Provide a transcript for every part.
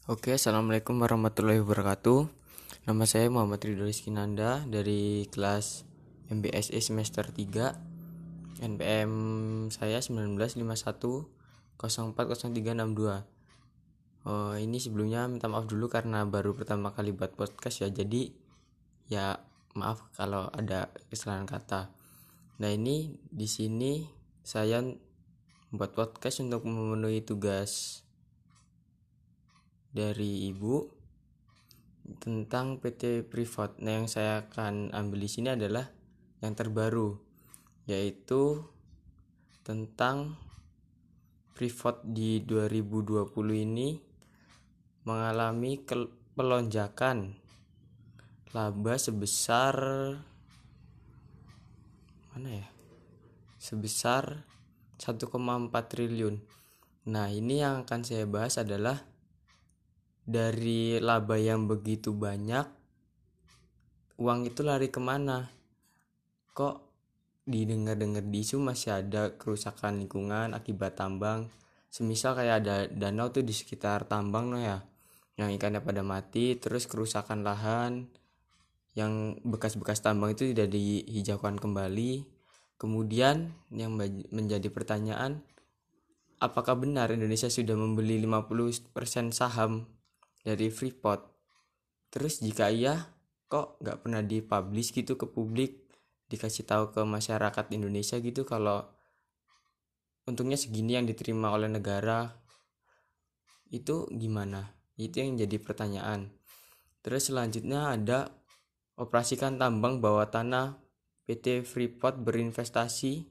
Oke, assalamualaikum warahmatullahi wabarakatuh. Nama saya Muhammad Ridho Rizky Nanda dari kelas MBSI semester 3. NPM saya 1951040362. Ini sebelumnya minta maaf dulu karena baru pertama kali buat podcast ya. Jadi ya maaf kalau ada kesalahan kata. Nah, ini di sini saya buat podcast untuk memenuhi tugas dari ibu tentang PT Privat. Nah, yang saya akan ambil di sini adalah yang terbaru, yaitu tentang Privat di 2020 ini mengalami pelonjakan laba sebesar sebesar 1,4 triliun. Nah, ini yang akan saya bahas adalah dari laba yang begitu banyak, uang itu lari kemana? Kok didengar-dengar di isu masih ada kerusakan lingkungan akibat tambang. Semisal kayak ada danau tuh di sekitar tambang ya, yang ikannya pada mati, terus kerusakan lahan, yang bekas-bekas tambang itu tidak dihijaukan kembali. Kemudian yang menjadi pertanyaan, apakah benar Indonesia sudah membeli 50% saham dari Freeport? Terus jika iya, kok nggak pernah dipublish gitu ke publik, dikasih tahu ke masyarakat Indonesia gitu kalau untungnya segini yang diterima oleh negara? Itu gimana? Itu yang jadi pertanyaan. Terus selanjutnya ada operasikan tambang bawah tanah, PT Freeport berinvestasi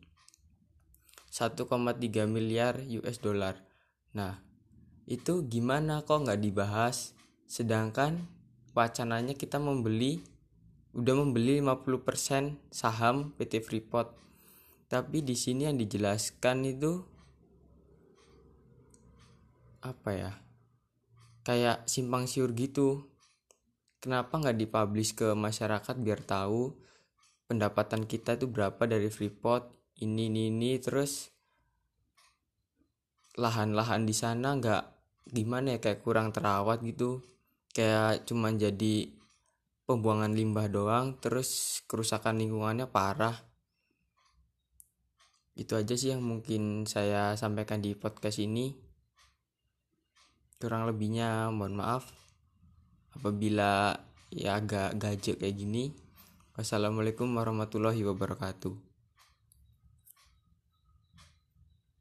1,3 miliar US dollar. Nah, itu gimana kok nggak dibahas? Sedangkan wacananya kita udah membeli 50% saham PT Freeport. Tapi di sini yang dijelaskan itu kayak simpang siur gitu. Kenapa nggak dipublish ke masyarakat biar tahu pendapatan kita itu berapa dari Freeport, ini terus lahan-lahan di sana nggak gimana ya, kayak kurang terawat gitu, kayak cuman jadi pembuangan limbah doang, terus kerusakan lingkungannya parah. Itu aja sih yang mungkin saya sampaikan di podcast ini. Kurang lebihnya mohon maaf apabila ya agak gajek kayak gini. Wassalamualaikum warahmatullahi wabarakatuh.